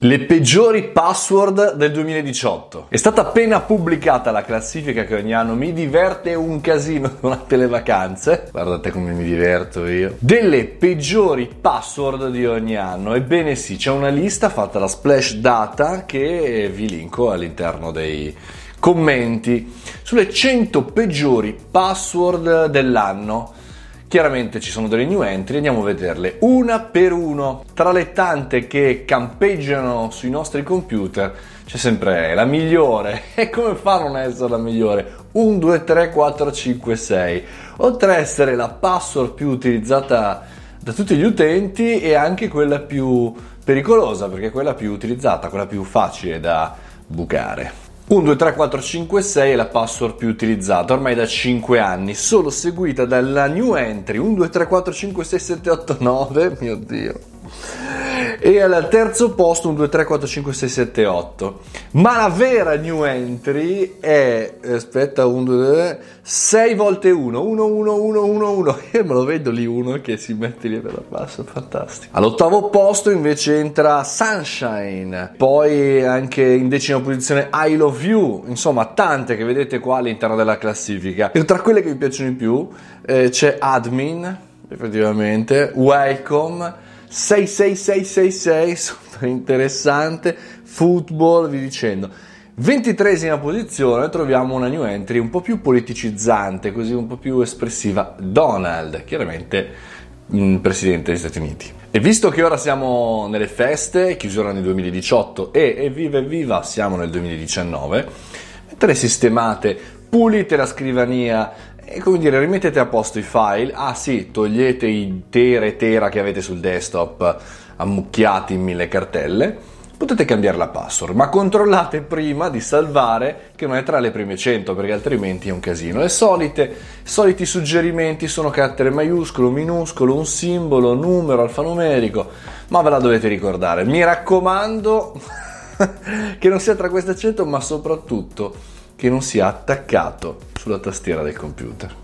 Le peggiori password del 2018. È stata appena pubblicata la classifica che ogni anno mi diverte un casino durante le vacanze. Guardate come mi diverto io. Delle peggiori password di ogni anno. Ebbene sì, c'è una lista fatta da Splash Data che vi linko all'interno dei commenti sulle 100 peggiori password dell'anno. Chiaramente ci sono delle new entry, andiamo a vederle una per uno. Tra le tante che campeggiano sui nostri computer c'è sempre la migliore. E come fa a non essere la migliore? 1, 2, 3, 4, 5, 6. Oltre a essere la password più utilizzata da tutti gli utenti è anche quella più pericolosa, perché è quella più utilizzata, quella più facile da bucare. 1, 2, 3, 4, 5, 6 è la password più utilizzata ormai da 5 anni, solo seguita dalla new entry 1, 2, 3, 4, 5, 6, 7, 8, 9, mio Dio. E al terzo posto 1, 2, 3, 4, 5, 6, 7, 8. Ma la vera new entry è, aspetta, 1, 2, 3, 6 volte 1, 1, 1, 1, 1, 1. Io me lo vedo lì uno che si mette lì per la passa, fantastico. All'ottavo posto invece entra Sunshine, poi anche in decima posizione I Love You, insomma tante che vedete qua all'interno della classifica. E tra quelle che mi piacciono di più c'è Admin, effettivamente, Welcome, 66666, super interessante, Football, vi dicendo. 23esima posizione troviamo una new entry un po' più politicizzante, così un po' più espressiva, Donald, chiaramente presidente degli Stati Uniti. E visto che ora siamo nelle feste, chiusura nel 2018 e evviva siamo nel 2019, mentre sistemate, pulite la scrivania e come dire, rimettete a posto i file, togliete i tera che avete sul desktop ammucchiati in 1000 cartelle, potete cambiare la password, ma controllate prima di salvare che non è tra le prime 100, perché altrimenti è un casino. Le soliti suggerimenti sono carattere maiuscolo, minuscolo, un simbolo, numero, alfanumerico, ma ve la dovete ricordare. Mi raccomando che non sia tra queste 100, ma soprattutto che non sia attaccato sulla tastiera del computer.